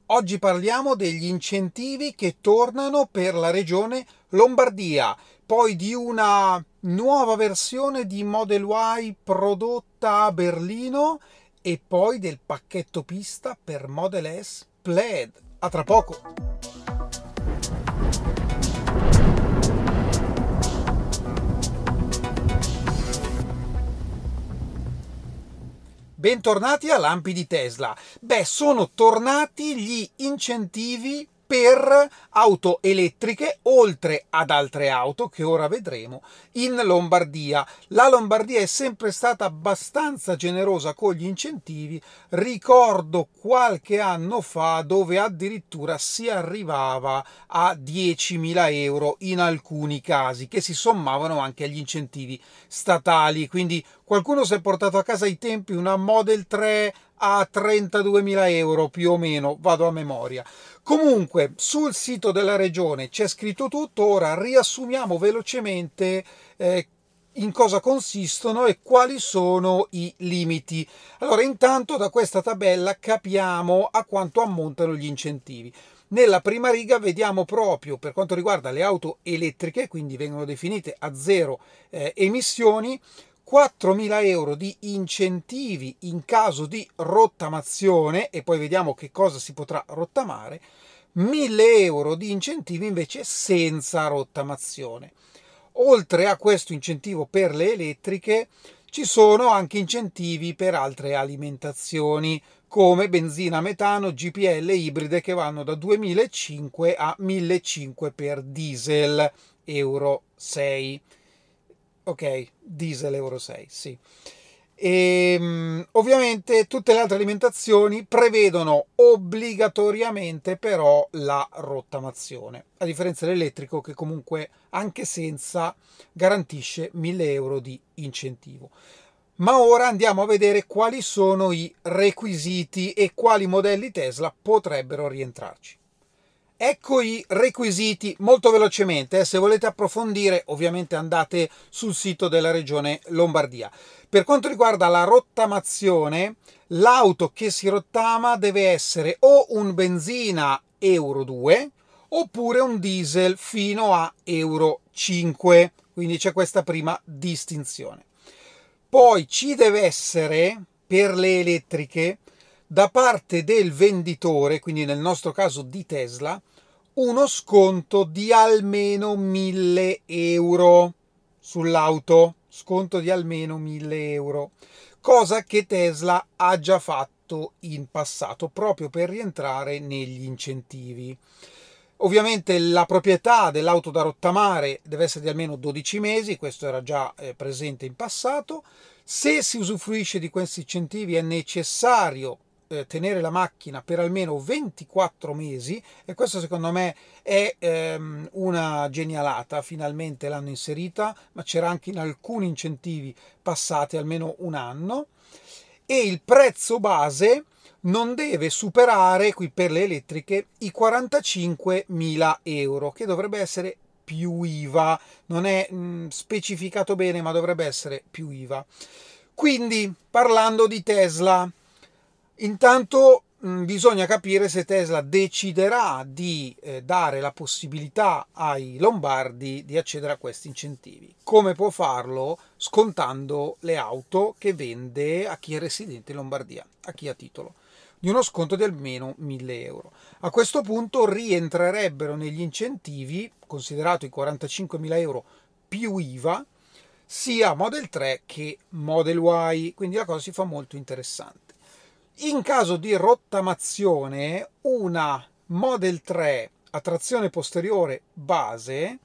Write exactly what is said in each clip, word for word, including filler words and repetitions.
Oggi parliamo degli incentivi che tornano per la regione Lombardia, poi di una nuova versione di Model Y prodotta a Berlino e poi del pacchetto pista per Model S Plaid. A tra poco! Bentornati a Lampi di Tesla. Beh, sono tornati gli incentivi per auto elettriche, oltre ad altre auto che ora vedremo, in Lombardia. La Lombardia è sempre stata abbastanza generosa con gli incentivi. Ricordo qualche anno fa dove addirittura si arrivava a diecimila euro in alcuni casi, che si sommavano anche agli incentivi statali. Quindi qualcuno si è portato a casa ai tempi una Model tre a trentaduemila euro più o meno, vado a memoria. Comunque sul sito della regione c'è scritto tutto. Ora riassumiamo velocemente eh, in cosa consistono e quali sono i limiti. Allora, intanto da questa tabella capiamo a quanto ammontano gli incentivi. Nella prima riga vediamo proprio per quanto riguarda le auto elettriche, quindi vengono definite a zero eh, emissioni, quattromila euro di incentivi in caso di rottamazione, e poi vediamo che cosa si potrà rottamare, mille euro di incentivi invece senza rottamazione. Oltre a questo incentivo per le elettriche ci sono anche incentivi per altre alimentazioni come benzina, metano, G P L, ibride, che vanno da duemilacinquecento a millecinquecento per diesel euro sei. Ok, diesel euro sei, sì. E um, ovviamente tutte le altre alimentazioni prevedono obbligatoriamente però la rottamazione, a differenza dell'elettrico che comunque anche senza garantisce mille euro di incentivo. Ma ora andiamo a vedere quali sono i requisiti e quali modelli Tesla potrebbero rientrarci. Ecco i requisiti molto velocemente, eh. Se volete approfondire ovviamente andate sul sito della regione Lombardia. Per quanto riguarda la rottamazione, l'auto che si rottama deve essere o un benzina euro due oppure un diesel fino a euro cinque, quindi c'è questa prima distinzione. Poi ci deve essere per le elettriche da parte del venditore, quindi nel nostro caso di Tesla, uno sconto di almeno mille euro sull'auto, sconto di almeno mille euro, cosa che Tesla ha già fatto in passato proprio per rientrare negli incentivi. Ovviamente la proprietà dell'auto da rottamare deve essere di almeno dodici mesi, questo era già eh, presente in passato. Se si usufruisce di questi incentivi è necessario eh, tenere la macchina per almeno ventiquattro mesi, e questo secondo me è ehm, una genialata, finalmente l'hanno inserita, ma c'era anche in alcuni incentivi passati almeno un anno. E il prezzo base non deve superare, qui per le elettriche, i quarantacinquemila euro, che dovrebbe essere più I V A, non è mh, specificato bene, ma dovrebbe essere più I V A. Quindi, parlando di Tesla, intanto mh, bisogna capire se Tesla deciderà di eh, dare la possibilità ai lombardi di accedere a questi incentivi. Come può farlo? Scontando le auto che vende a chi è residente in Lombardia, a chi ha titolo, di uno sconto di almeno mille euro. A questo punto rientrerebbero negli incentivi, considerato i quarantacinquemila euro più I V A, sia Model tre che Model Y, quindi la cosa si fa molto interessante. In caso di rottamazione, una Model tre a trazione posteriore base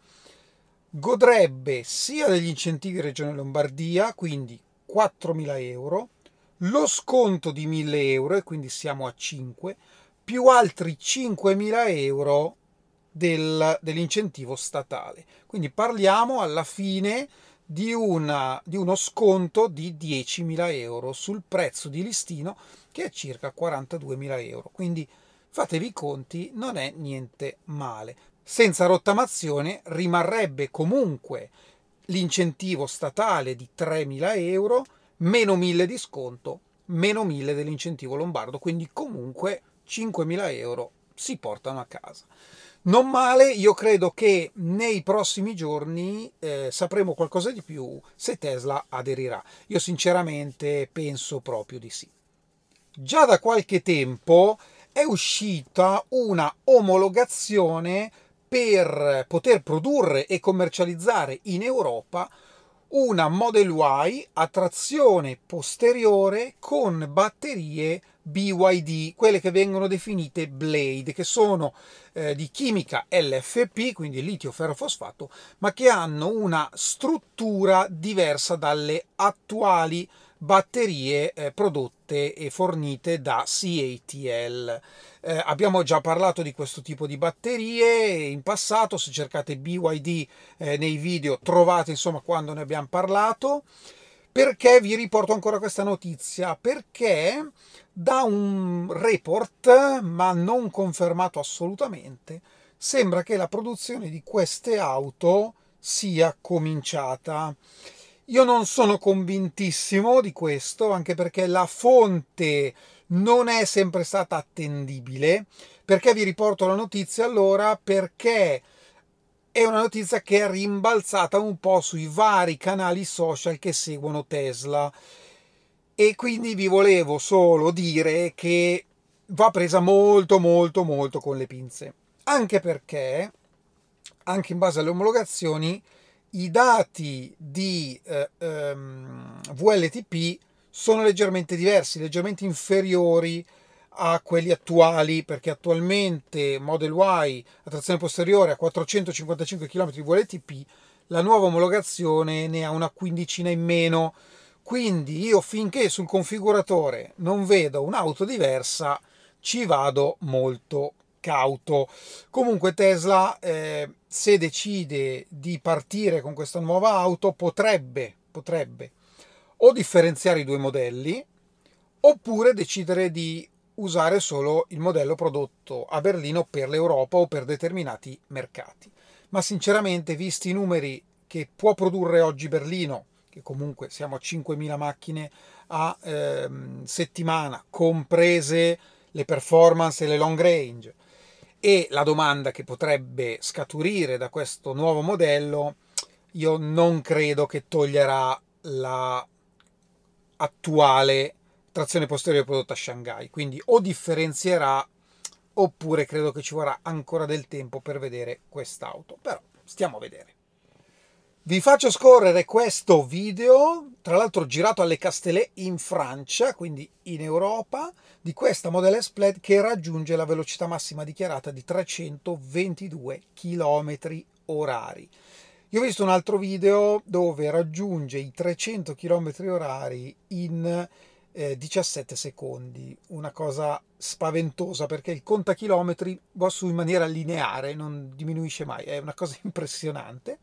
godrebbe sia degli incentivi Regione Lombardia, quindi quattromila euro, lo sconto di mille euro, e quindi siamo a cinque, più altri cinquemila euro del, dell'incentivo statale. Quindi parliamo alla fine di, una, di uno sconto di diecimila euro sul prezzo di listino, che è circa quarantaduemila euro. Quindi fatevi i conti, non è niente male. Senza rottamazione rimarrebbe comunque l'incentivo statale di tremila euro, meno mille di sconto, meno mille dell'incentivo lombardo, quindi comunque cinquemila euro si portano a casa. Non male, io credo che nei prossimi giorni eh, sapremo qualcosa di più se Tesla aderirà. Io sinceramente penso proprio di sì. Già da qualche tempo è uscita una omologazione per poter produrre e commercializzare in Europa una Model Y a trazione posteriore con batterie B Y D, quelle che vengono definite Blade, che sono eh, di chimica L F P, quindi litio ferrofosfato, ma che hanno una struttura diversa dalle attuali batterie eh, prodotte e fornite da C A T L. Eh, abbiamo già parlato di questo tipo di batterie in passato, se cercate B Y D eh, nei video trovate insomma quando ne abbiamo parlato. Perché vi riporto ancora questa notizia? Perché da un report, ma non confermato assolutamente, sembra che la produzione di queste auto sia cominciata. Io non sono convintissimo di questo, anche perché la fonte non è sempre stata attendibile. Perché vi riporto la notizia allora? Perché è una notizia che è rimbalzata un po' sui vari canali social che seguono Tesla. E quindi vi volevo solo dire che va presa molto molto molto con le pinze. Anche perché, anche in base alle omologazioni, i dati di eh, ehm, V L T P sono leggermente diversi, leggermente inferiori a quelli attuali, perché attualmente Model Y a trazione posteriore a quattrocentocinquantacinque chilometri di V L T P, la nuova omologazione ne ha una quindicina in meno. Quindi io finché sul configuratore non vedo un'auto diversa ci vado molto cauto. Comunque Tesla, eh, se decide di partire con questa nuova auto, potrebbe, potrebbe o differenziare i due modelli oppure decidere di usare solo il modello prodotto a Berlino per l'Europa o per determinati mercati. Ma sinceramente, visti i numeri che può produrre oggi Berlino, che comunque siamo a cinquemila macchine a ehm, settimana, comprese le performance e le long range, e la domanda che potrebbe scaturire da questo nuovo modello, io non credo che toglierà la attuale trazione posteriore prodotta a Shanghai, quindi o differenzierà oppure credo che ci vorrà ancora del tempo per vedere quest'auto, però stiamo a vedere. Vi faccio scorrere questo video, tra l'altro girato alle Castellet in Francia, quindi in Europa, di questa Model S Plaid che raggiunge la velocità massima dichiarata di trecentoventidue chilometri orari. Io ho visto un altro video dove raggiunge i trecento chilometri orari in eh, diciassette secondi, una cosa spaventosa perché il contachilometri va su in maniera lineare, non diminuisce mai, è una cosa impressionante.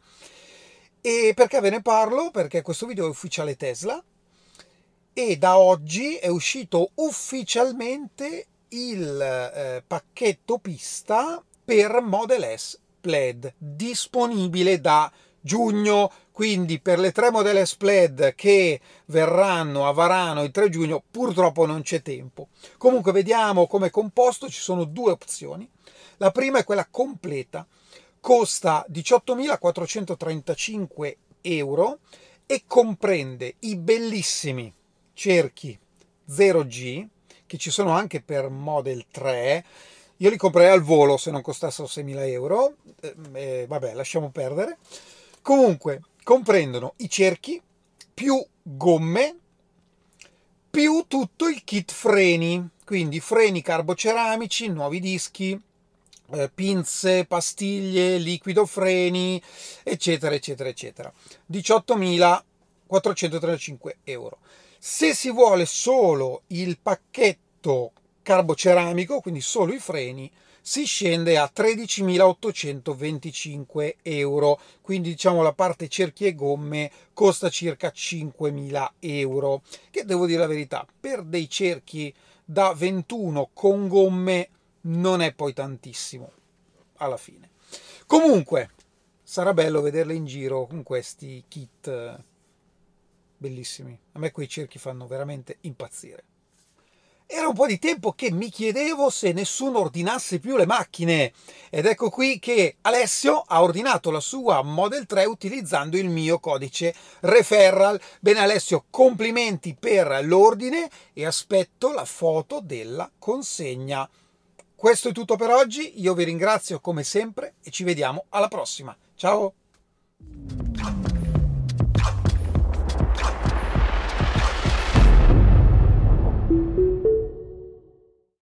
E perché ve ne parlo? Perché questo video è ufficiale Tesla e da oggi è uscito ufficialmente il eh, pacchetto pista per Model S Plaid, disponibile da giugno, quindi per le tre Model S Plaid che verranno a Varano il tre giugno purtroppo non c'è tempo. Comunque vediamo come è composto, ci sono due opzioni. La prima è quella completa, costa diciottomilaquattrocentotrentacinque euro e comprende i bellissimi cerchi zero G, che ci sono anche per Model tre. Io li comprerei al volo se non costassero seimila euro, eh, vabbè, lasciamo perdere. Comunque, comprendono i cerchi, più gomme, più tutto il kit freni, quindi freni carboceramici, nuovi dischi, eh, pinze, pastiglie, liquido freni, eccetera, eccetera, eccetera. diciottomilaquattrocentotrentacinque euro. Se si vuole solo il pacchetto carboceramico, quindi solo i freni, si scende a tredicimilaottocentoventicinque euro, quindi diciamo la parte cerchi e gomme costa circa cinquemila euro, che devo dire la verità, per dei cerchi da ventuno con gomme non è poi tantissimo alla fine. Comunque sarà bello vederle in giro con questi kit bellissimi, a me quei cerchi fanno veramente impazzire. Era un po' di tempo che mi chiedevo se nessuno ordinasse più le macchine, ed ecco qui che Alessio ha ordinato la sua Model tre utilizzando il mio codice referral. Bene Alessio, complimenti per l'ordine e aspetto la foto della consegna. Questo è tutto per oggi, io vi ringrazio come sempre e ci vediamo alla prossima. Ciao!